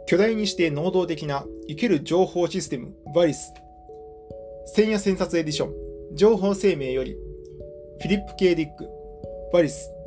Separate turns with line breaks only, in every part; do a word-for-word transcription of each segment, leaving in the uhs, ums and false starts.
巨大にして能動的な生ける情報システムバリス。千夜千冊エディション情報生命よりフィリップ・K・ディックバリス。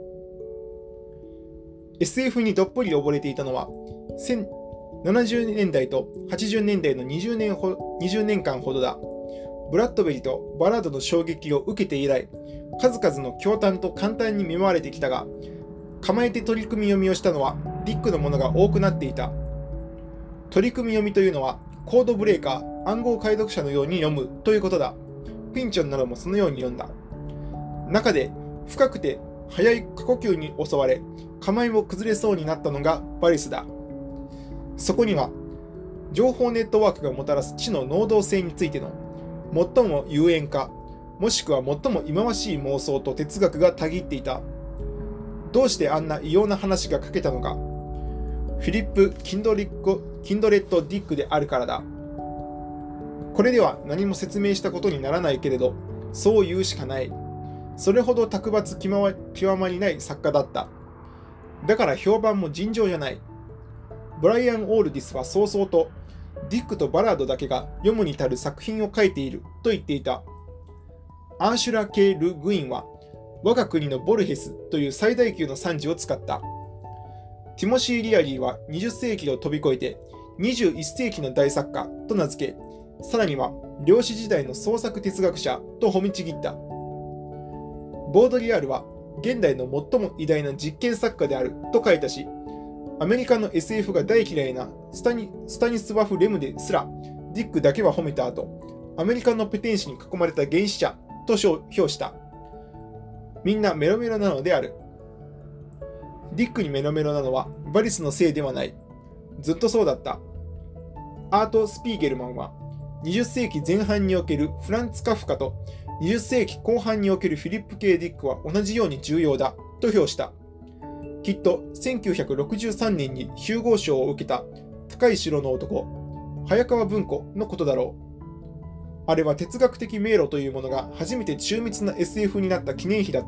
エスエフ にどっぷり溺れていたのはせんななじゅうねんだいとはちじゅうねんだいのにじゅうねんほにじゅうねんかんほどだ。ブラッドベリーとバラードの衝撃を受けて以来、数々の驚嘆と簡単に見舞われてきたが、構えて取り組み読みをしたのはディックのものが多くなっていた。取り組み読みというのはコードブレーカー、暗号解読者のように読むということだ。ピンチョンなどもそのように読んだ。中で深くて速い過呼吸に襲われ、構えも崩れそうになったのがバリスだ。そこには情報ネットワークがもたらす知の能動性についての最も有縁か、もしくは最も忌まわしい妄想と哲学がたぎっていた。どうしてあんな異様な話が書けたのか。フィリップ・キンドリッコ・キンドレット・ディックであるからだ。これでは何も説明したことにならないけれど、そう言うしかない。それほど卓抜極まりない作家だった。だから評判も尋常じゃない。ブライアン・オールディスは早々と、ディックとバラードだけが読むに足る作品を書いていると言っていた。アーシュラ・ケー・ル・グインは、我が国のボルヘスという最大級の賛辞を使った。ティモシー・リアリーはにじゅっせいきを飛び越えてにじゅういっせいきの大作家と名付け、さらには量子時代の創作哲学者と褒めちぎった。ボードリアールは現代の最も偉大な実験作家であると書いたし、アメリカの エスエフ が大嫌いなスタニ、スタニスワフ・レムですらディックだけは褒めた後、アメリカのペテン師に囲まれた原始者と評した。みんなメロメロなのである。ディックにメロメロなのはバリスのせいではない。ずっとそうだった。アート・スピーゲルマンはにじゅっせいきぜん半におけるフランツ・カフカとにじゅっせいきこう半におけるフィリップ・K・ディックは同じように重要だと評した。きっとせんきゅうひゃくろくじゅうさんねんにヒューゴー賞を受けた高い城の男、早川文庫のことだろう。あれは哲学的迷路というものが初めて緻密な エスエフ になった記念碑だった。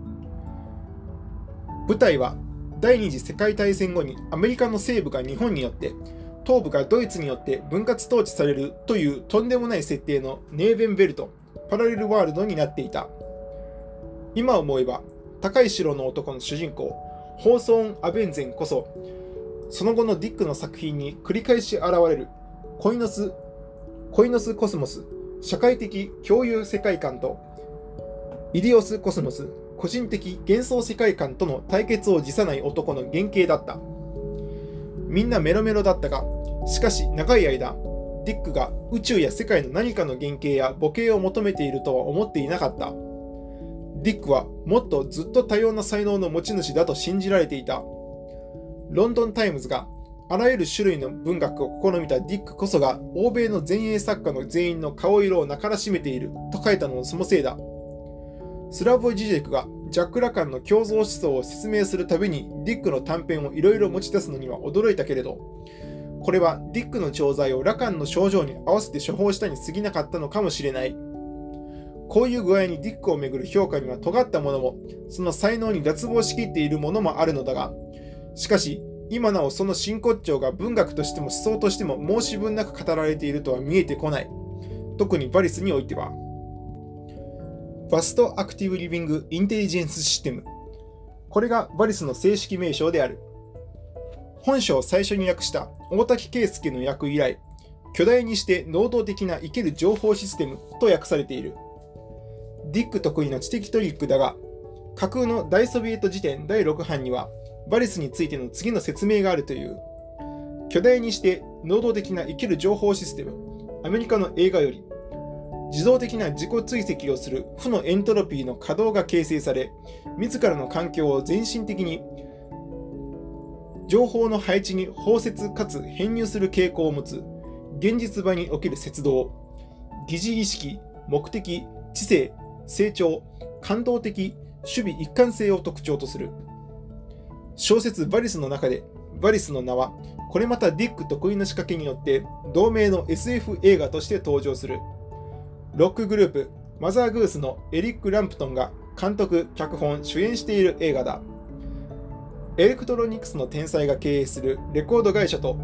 舞台は第二次世界大戦後にアメリカの西部が日本によって、東部がドイツによって分割統治されるというとんでもない設定のネーベンベルト、パラレルワールドになっていた。今思えば、高い城の男の主人公、ホーソーン・アベンゼンこそ、その後のディックの作品に繰り返し現れるコイノス、コイノスコスモス、社会的共有世界観と、イディオスコスモス、個人的幻想世界観との対決を辞さない男の原型だった。みんなメロメロだったが、しかし長い間、ディックが宇宙や世界の何かの原型や母型を求めているとは思っていなかった。ディックはもっとずっと多様な才能の持ち主だと信じられていた。ロンドンタイムズがあらゆる種類の文学を試みたディックこそが欧米の前衛作家の全員の顔色をなからしめていると書いたのもそのせいだ。スラボイ・ジジェクがジャック・ラカンの共造思想を説明するたびにディックの短編をいろいろ持ち出すのには驚いたけれど、これはディックの調剤をラカンの症状に合わせて処方したに過ぎなかったのかもしれない。こういう具合にディックをめぐる評価には尖ったものも、その才能に脱帽しきっているものもあるのだが、しかし今なおその真骨頂が文学としても思想としても申し分なく語られているとは見えてこない。特にバリスにおいては。バストアクティブリビングインテリジェンスシステム。これがバリスの正式名称である。本書を最初に訳した大滝圭介の訳以来、巨大にして能動的な生ける情報システムと訳されている。ディック得意の知的トリックだが、架空の大ソビエト辞典だいろく版には、バリスについての次の説明があるという。巨大にして能動的な生ける情報システム。アメリカの映画より、自動的な自己追跡をする負のエントロピーの稼働が形成され、自らの環境を全身的に情報の配置に包摂かつ編入する傾向を持つ現実場における節動、疑似意識、目的、知性、成長、感動的、守備一貫性を特徴とする。小説バリスの中で、バリスの名はこれまたディック得意の仕掛けによって同名の エスエフ 映画として登場する。ロックグループマザーグースのエリック・ランプトンが監督・脚本・主演している映画だ。エレクトロニクスの天才が経営するレコード会社と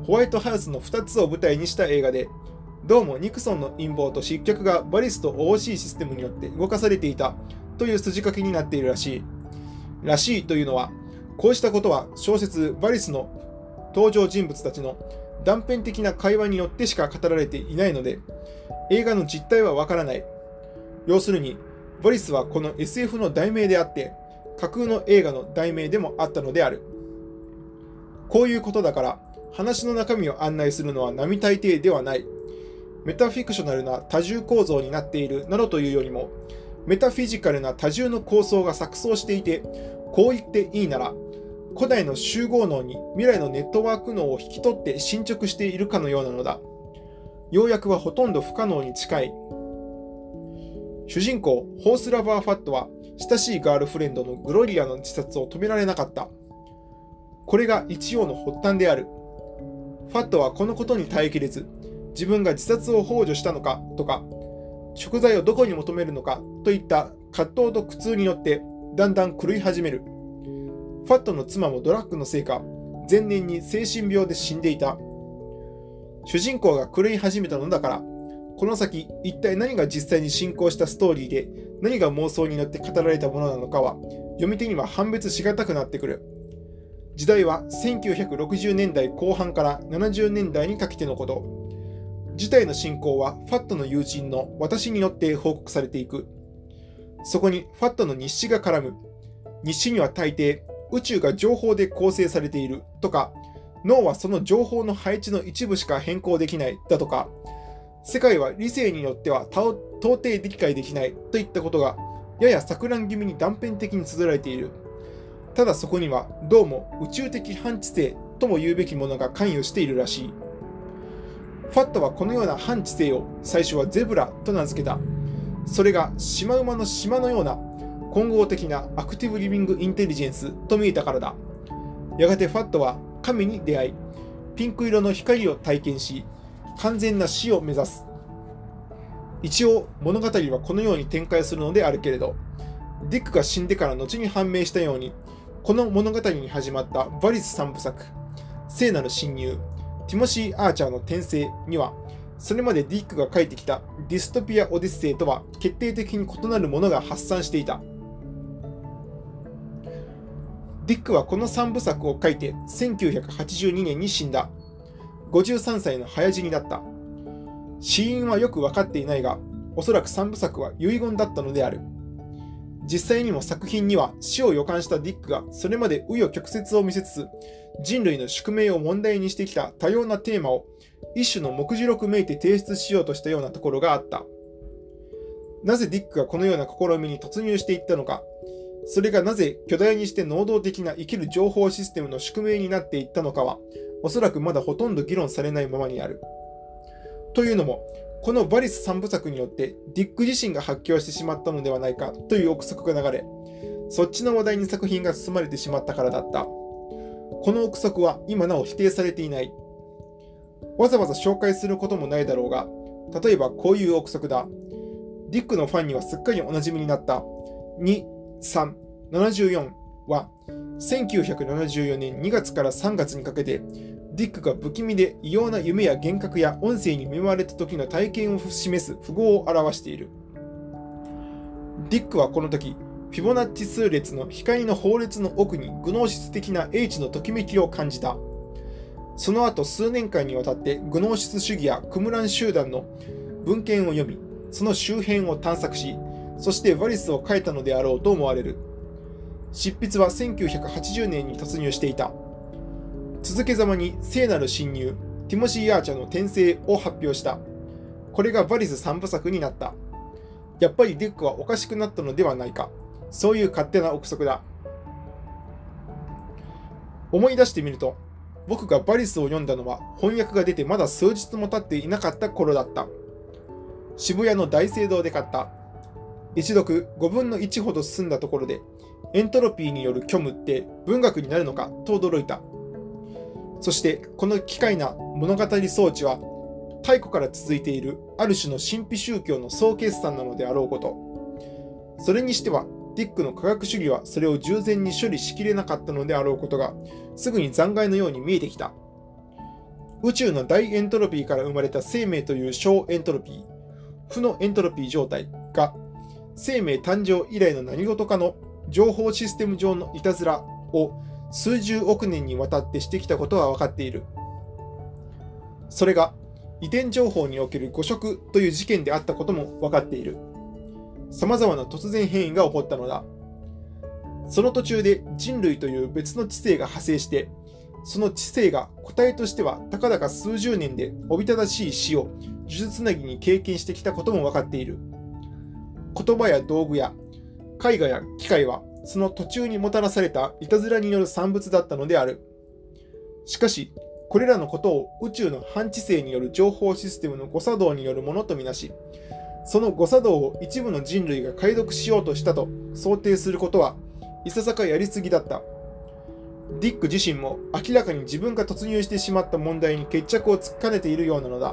ホワイトハウスのふたつを舞台にした映画で、どうもニクソンの陰謀と失脚がバリスと オーシー システムによって動かされていたという筋書きになっているらしい。らしいというのは、こうしたことは小説バリスの登場人物たちの断片的な会話によってしか語られていないので、映画の実態はわからない。要するに、バリスはこの エスエフ の題名であって、架空の映画の題名でもあったのである。こういうことだから、話の中身を案内するのは並大抵ではない。メタフィクショナルな多重構造になっているなどというよりも、メタフィジカルな多重の構想が錯綜していて、こう言っていいなら、古代の集合脳に未来のネットワーク脳を引き取って進捗しているかのようなのだ。要約はほとんど不可能に近い。主人公、ホースラバー・ファットは、親しいガールフレンドのグロリアの自殺を止められなかった。これが一応の発端である。ファットはこのことに耐えきれず、自分が自殺を幇助したのかとか、贖罪をどこに求めるのかといった葛藤と苦痛によって、だんだん狂い始める。ファットの妻もドラッグのせいか、前年に精神病で死んでいた。主人公が狂い始めたのだから、この先一体何が実際に進行したストーリーで何が妄想によって語られたものなのかは読み手には判別しがたくなってくる。時代はせんきゅうひゃくろくじゅうねんだいこう半からななじゅうねんだいにかけてのこと。事態の進行はファットの友人の私によって報告されていく。そこにファットの日誌が絡む。日誌には大抵宇宙が情報で構成されているとか、脳はその情報の配置の一部しか変更できないだとか、世界は理性によっては到底理解できないといったことがやや錯乱気味に断片的に綴られている。ただそこにはどうも宇宙的反知性とも言うべきものが関与しているらしい。ファットはこのような反知性を最初はゼブラと名付けた。それがシマウマの島のような混合的なアクティブリビングインテリジェンスと見えたからだ。やがてファットは神に出会い、ピンク色の光を体験し、完全な死を目指す。一応物語はこのように展開するのであるけれど、ディックが死んでから後に判明したように、この物語に始まったバリス三部作、聖なる侵入、ティモシー・アーチャーの転生には、それまでディックが書いてきたディストピア・オデッセイとは決定的に異なるものが発散していた。ディックはこのさんぶさくを書いてせんきゅうひゃくはちじゅうにねんに死んだ。ごじゅうさんさいの早死にだった。死因はよく分かっていないが、おそらくさんぶさくは遺言だったのである。実際にも作品には死を予感したディックがそれまで紆余曲折を見せつつ、人類の宿命を問題にしてきた多様なテーマを一種の目次録めいて提出しようとしたようなところがあった。なぜディックがこのような試みに突入していったのか、それがなぜ巨大にして能動的な生きる情報システムの宿命になっていったのかは、おそらくまだほとんど議論されないままにある。というのも、このバリスさんぶさくによってディック自身が発狂してしまったのではないかという憶測が流れ、そっちの話題に作品が進まれてしまったからだった。この憶測は今なお否定されていない。わざわざ紹介することもないだろうが、例えばこういう憶測だ。ディックのファンにはすっかりおなじみになったに、さん、ななじゅうよんは、せんきゅうひゃくななじゅうよねんにがつからさんがつにかけて、ディックが不気味で異様な夢や幻覚や音声に見舞われた時の体験を示す符号を表している。ディックはこの時、フィボナッチ数列の光の法列の奥にグノーシス的な英知のときめきを感じた。その後数年間にわたってグノーシス主義やクムラン集団の文献を読み、その周辺を探索し、そしてバリスを書いたのであろうと思われる。執筆はせんきゅうひゃくはちじゅうねんに突入していた。続けざまに聖なる侵入、ティモシー・アーチャーの転生を発表した。これがバリスさんぶさくになった。やっぱりディックはおかしくなったのではないか。そういう勝手な憶測だ。思い出してみると、僕がバリスを読んだのは翻訳が出てまだ数日も経っていなかった頃だった。渋谷の大聖堂で買った。一読ごぶんのいちほど進んだところで、エントロピーによる虚無って文学になるのかと驚いた。そしてこの奇怪な物語装置は太古から続いているある種の神秘宗教の総決算なのであろうこと。それにしてはディックの科学主義はそれを従前に処理しきれなかったのであろうことがすぐに残骸のように見えてきた。 宇宙の大エントロピーから生まれた生命という小エントロピー、負のエントロピー状態が生命誕生以来の何事かの情報システム上のいたずらを数十億年にわたってしてきたことは分かっている。それが遺伝情報における誤植という事件であったことも分かっている。様々な突然変異が起こったのだ。その途中で人類という別の知性が派生して、その知性が個体としてはたかだか数十年でおびただしい死を呪術つなぎに経験してきたことも分かっている。言葉や道具や絵画や機械はその途中にもたらされたいたずらによる産物だったのである。しかし、これらのことを宇宙の反知性による情報システムの誤作動によるものとみなし、その誤作動を一部の人類が解読しようとしたと想定することはいささかやりすぎだった。ディック自身も明らかに自分が突入してしまった問題に決着をつきかねているようなのだ。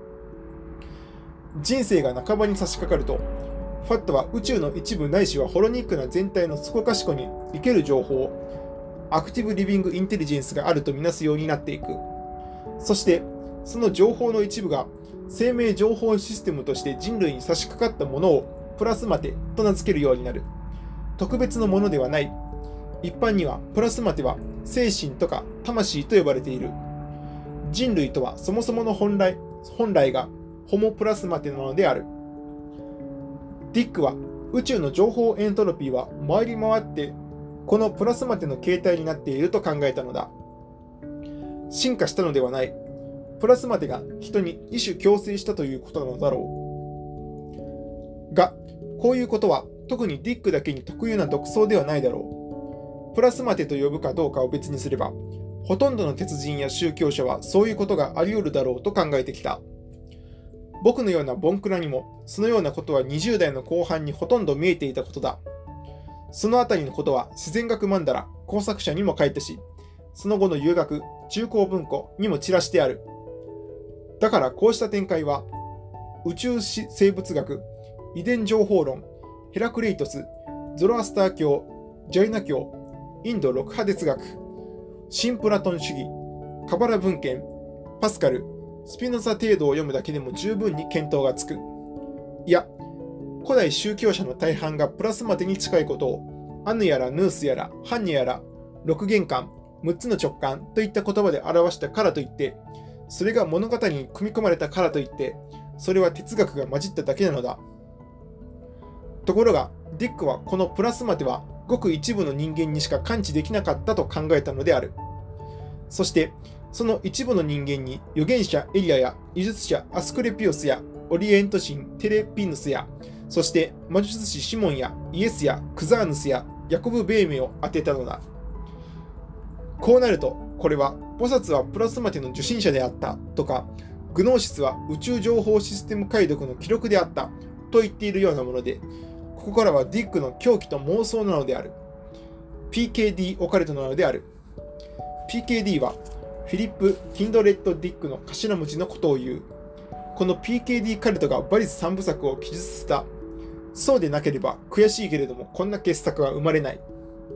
人生が半ばに差し掛かると、ファットは宇宙の一部ないしはホロニックな全体のそこかしこに生ける情報、アクティブリビングインテリジェンスがあるとみなすようになっていく。そして、その情報の一部が生命情報システムとして人類に差し掛かったものをプラスマテと名付けるようになる。特別のものではない。一般にはプラスマテは精神とか魂と呼ばれている。人類とはそもそもの本来、本来がホモプラスマテなのである。ディックは宇宙の情報エントロピーは回り回ってこのプラスマテの形態になっていると考えたのだ。進化したのではない。プラスマテが人に異種共生したということなのだろう。が、こういうことは特にディックだけに特有な独創ではないだろう。プラスマテと呼ぶかどうかを別にすれば、ほとんどの鉄人や宗教者はそういうことがあり得るだろうと考えてきた。僕のようなボンクラにも、そのようなことはにじゅう代の後半にほとんど見えていたことだ。そのあたりのことは自然学マンダラ工作者にも書いたし、その後の遊学、中高文庫にも散らしてある。だからこうした展開は、宇宙生物学、遺伝情報論、ヘラクレイトス、ゾロアスター教、ジャイナ教、インド六波哲学、新プラトン主義、カバラ文献、パスカル、スピノザ程度を読むだけでも十分に見当がつく。いや、古代宗教者の大半がプラスマテに近いことを、アヌやらヌースやらハンニやら六玄関、六つの直感といった言葉で表したからといって、それが物語に組み込まれたからといって、それは哲学が混じっただけなのだ。ところが、ディックはこのプラスマテはごく一部の人間にしか感知できなかったと考えたのである。そして、その一部の人間に預言者エリアや医術者アスクレピオスやオリエント神テレピヌスや、そして魔術師シモンやイエスやクザーヌスやヤコブ・ベーメを当てたのだ。こうなると、これは菩薩はプラスマテの受信者であったとか、グノーシスは宇宙情報システム解読の記録であったと言っているようなもので、ここからはディックの狂気と妄想なのである。ピーケーディー オカルトなのである。ピーケーディー はフィリップ・キンドレッド・ディックの頭文字のことを言う。この ピーケーディー カルトがバリス三部作を記述した。そうでなければ悔しいけれどもこんな傑作は生まれない。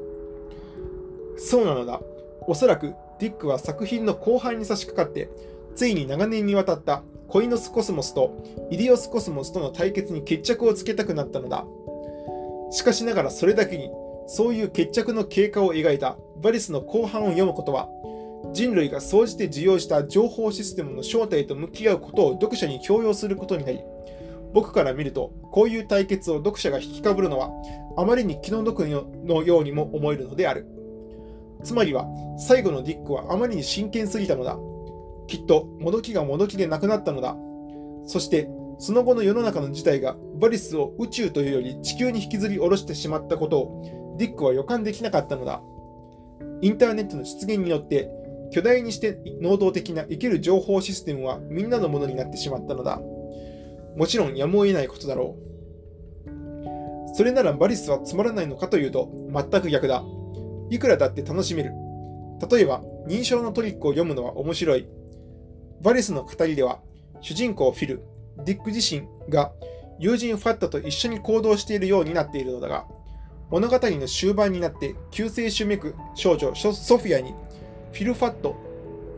そうなのだ。おそらくディックは作品の後半に差し掛かって、ついに長年にわたったコイノスコスモスとイディオスコスモスとの対決に決着をつけたくなったのだ。しかしながらそれだけに、そういう決着の経過を描いたバリスの後半を読むことは、人類が総じて受容した情報システムの正体と向き合うことを読者に強要することになり、僕から見ると、こういう対決を読者が引きかぶるのは、あまりに気の毒のようにも思えるのである。つまりは、最後のディックはあまりに真剣すぎたのだ。きっと、もどきがもどきでなくなったのだ。そして、その後の世の中の事態がバリスを宇宙というより地球に引きずり下ろしてしまったことを、ディックは予感できなかったのだ。インターネットの出現によって、巨大にして能動的な生きる情報システムはみんなのものになってしまったのだ。もちろんやむを得ないことだろう。それならバリスはつまらないのかというと全く逆だ。いくらだって楽しめる。例えば認証のトリックを読むのは面白い。バリスの語りでは主人公フィル、ディック自身が友人ファットと一緒に行動しているようになっているのだが、物語の終盤になって救世主めく少女ソフィアにフィル・ファット、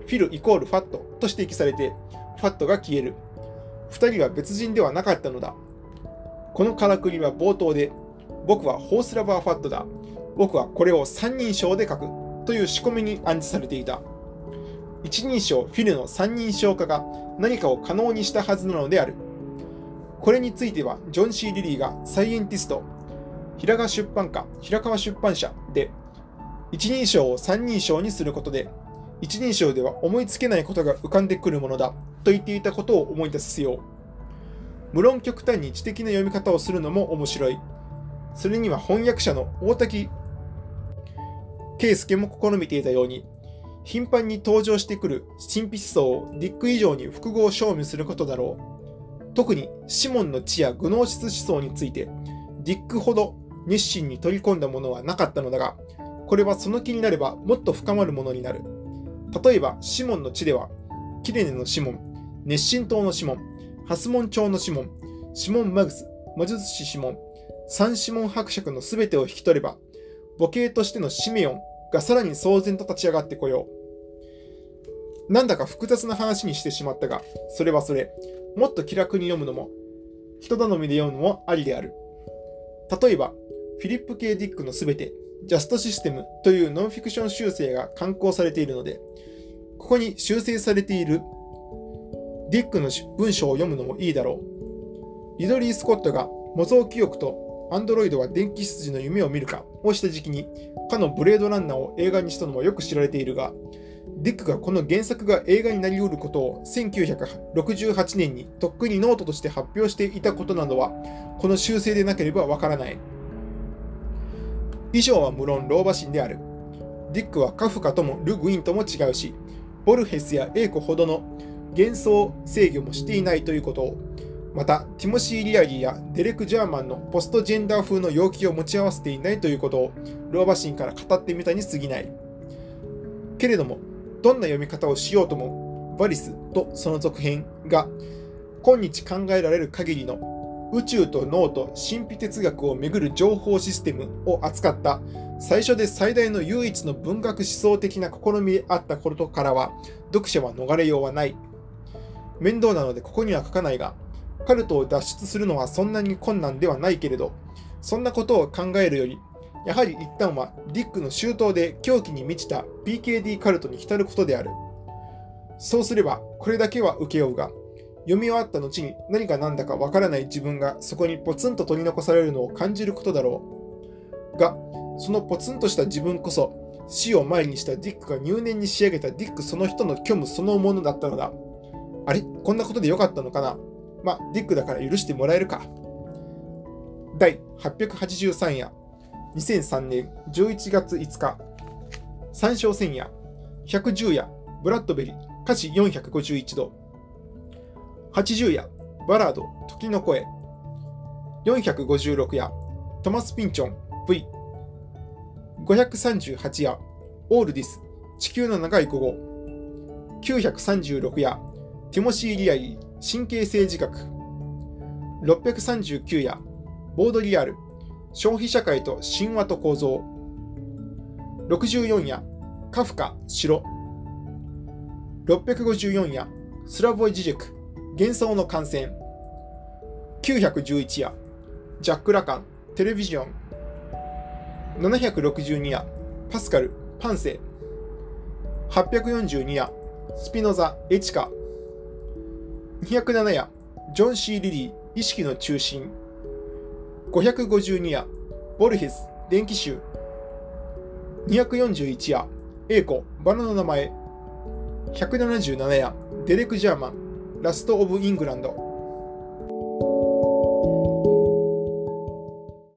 フィルイコールファットと指摘されて、ファットが消える。二人は別人ではなかったのだ。このからくりは冒頭で、僕はホースラバーファットだ。僕はこれを三人称で書く。という仕込みに暗示されていた。一人称フィルの三人称化が何かを可能にしたはずなのである。これについては、ジョン・シー・リリーがサイエンティスト、平川出版社、平川出版社で、一人称を三人称にすることで、一人称では思いつけないことが浮かんでくるものだと言っていたことを思い出させよう。無論極端に知的な読み方をするのも面白い。それには翻訳者の大滝圭介も試みていたように、頻繁に登場してくる神秘思想をディック以上に複合証明することだろう。特にシモンの知やグノーシス思想について、ディックほど熱心に取り込んだものはなかったのだが、これはその気になればもっと深まるものになる。例えば、シモンの知では、キレネのシモン、熱心党のシモン、ハスモン朝のシモン、シモン・マグス、魔術師シモン、サン・シモン伯爵のすべてを引き取れば、母系としてのシメオンがさらに騒然と立ち上がってこよう。なんだか複雑な話にしてしまったが、それはそれ、もっと気楽に読むのも、人頼みで読むのもありである。例えば、フィリップ・K・ディックのすべて、ジャストシステムというノンフィクション修正が刊行されているので、ここに修正されているディックの文章を読むのもいいだろう。リドリー・スコットが模造記憶とアンドロイドは電気筋の夢を見るかをした時期に、かのブレードランナーを映画にしたのもよく知られているが、ディックがこの原作が映画になりうることをせんきゅうひゃくろくじゅうはちねんにとっくにノートとして発表していたことなどは、この修正でなければわからない。以上は無論老婆心である。ディックはカフカともル・グインとも違うし、ボルヘスやエーコほどの幻想制御もしていないということを、また、ティモシー・リアリーやデレク・ジャーマンのポストジェンダー風の要求を持ち合わせていないということを、老婆心から語ってみたに過ぎない。けれども、どんな読み方をしようとも、バリスとその続編が、今日考えられる限りの宇宙と脳と神秘哲学をめぐる情報システムを扱った最初で最大の唯一の文学思想的な試みであったことからは、読者は逃れようはない。面倒なのでここには書かないが、カルトを脱出するのはそんなに困難ではないけれど、そんなことを考えるより、やはり一旦はディックの周到で狂気に満ちた ピーケーディー カルトに浸ることである。そうすれば、これだけは請け負うが、読み終わった後に何が何だかわからない自分がそこにポツンと取り残されるのを感じることだろう。が、そのポツンとした自分こそ、死を前にしたディックが入念に仕上げたディックその人の虚無そのものだったのだ。あれ、こんなことでよかったのかな。ま、ディックだから許してもらえるか。だいはっぴゃくはちじゅうさん夜、にせんさんねんじゅういちがついつか、参照千夜、ひゃくじゅう夜、ブラッドベリ、歌詞よんひゃくごじゅういちど、はちじゅう夜、バラード、時の声、よんひゃくごじゅうろく夜、トマス・ピンチョン、ブイ、ごひゃくさんじゅうはち夜、オールディス、地球の長い午後、きゅうひゃくさんじゅうろく夜、ティモシー・リアリー、神経性自覚、ろっぴゃくさんじゅうきゅう夜、ボードリアル、消費社会と神話と構造、ろくじゅうよん夜、カフカ、城、ろっぴゃくごじゅうよん夜、スラボイ・ジジェク、幻想の感染、きゅうひゃくじゅういち夜、ジャック・ラカン、テレビジョン、ななひゃくろくじゅうに夜、パスカル、パンセ、はっぴゃくよんじゅうに夜、スピノザ、エチカ、にひゃくなな夜、ジョン・シー・リリー、意識の中心、ごひゃくごじゅうに夜、ボルヘス、電気集、にひゃくよんじゅういち夜、エーコ、バラの名前、ひゃくななじゅうなな夜、デレク・ジャーマン、ラスト・オブ・イングランド、